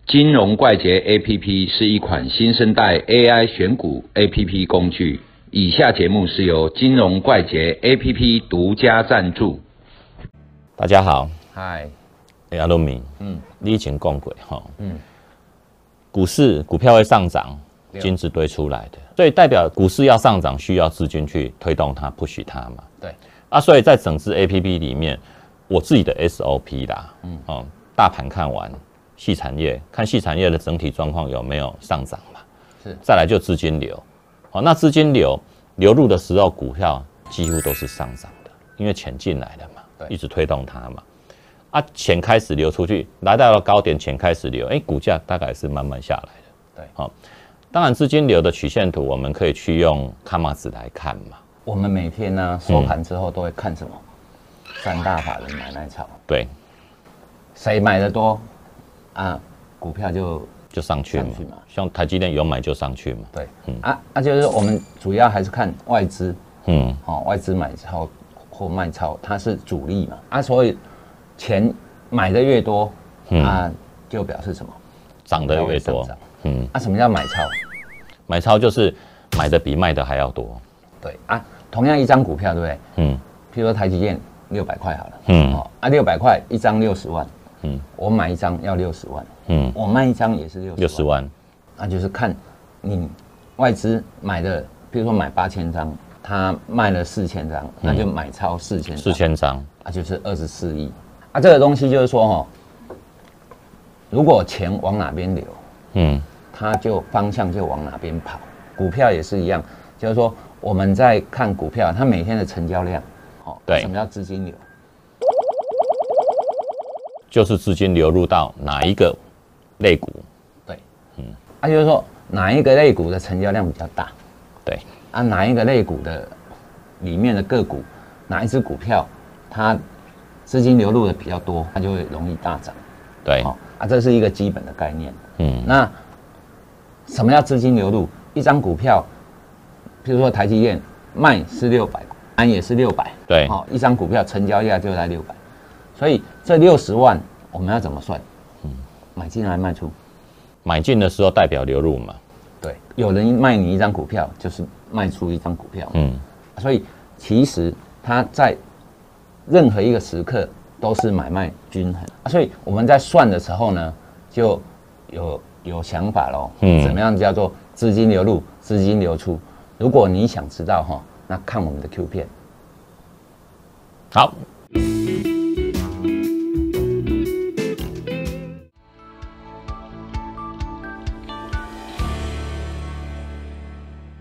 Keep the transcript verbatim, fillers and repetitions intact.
金融怪杰 A P P 是一款新生代 A I 选股 A P P 工具。以下节目是由金融怪杰 A P P 独家赞助。 大家好， 嗨， 阿罗明， 嗯， 你以前讲过哈， 嗯， 股市股票会上涨，金子堆出来的，所以代表股市要上涨，需要资金去推动它、push 它嘛。 对， 啊，所以在整支 A P P 里面，我自己的 S O P 啦，嗯，哦，大盘看完。细产业看细产业的整体状况有没有上涨嘛？是，再来就资金流，好，那资金流流入的时候，股票几乎都是上涨的，因为钱进来了嘛，一直推动它嘛。啊，钱开始流出去，来到了高点，钱开始流，哎、欸，股价大概是慢慢下来的。对，好，当然资金流的曲线图，我们可以去用卡玛值来看嘛。 我们每天呢收盘之后都会看什么？嗯、三大法人买卖超。对，谁买的多？啊，股票就就上去嘛，像台积电有买就上去嘛。 对，嗯啊，那、啊、就是我们主要还是看外资，嗯，哦，外资买超或卖超，它是主力嘛，啊，所以钱买的越多，嗯、啊，就表示什么？ 涨得越多， 嗯，啊，什么叫买超？ 买超就是买的比卖的还要多。 对啊，同样一张股票，对不对？嗯，譬如说台积电六百块好了，嗯，哦，啊，六百块一张六十万。嗯，我买一张要六十万，嗯，我卖一张也是六十六十万， 那就是看你外资买的，比如说买八千张，他卖了四千张，那就买超四千四千张， 啊，就是二十四亿啊。这个东西就是说哦，如果钱往哪边流，嗯，它就方向就往哪边跑。股票也是一样，就是说我们在看股票，它每天的成交量，哦，对，什么叫资金流？ 就是资金流入到哪一个类股？ 对，嗯，啊，就是说哪一个类股的成交量比较大？ 对， 啊，哪一个类股的里面的个股，哪一只股票它资金流入的比较多，它就会容易大涨。 对， 哦，啊，这是一个基本的概念。嗯，那什么叫资金流入？一张股票，譬如说台积电卖是六百，买也是六百， 对， 哦，一张股票成交价就在六百。所以这六十万我们要怎么算？嗯，买进来卖出， 买进的时候代表流入嘛。 对，有人卖你一张股票，就是卖出一张股票。嗯，所以其实它在任何一个时刻都是买卖均衡。所以我们在算的时候呢，就有有想法咯。嗯，怎么样叫做资金流入、资金流出？如果你想知道哈，那看我们的 Q 片。 好。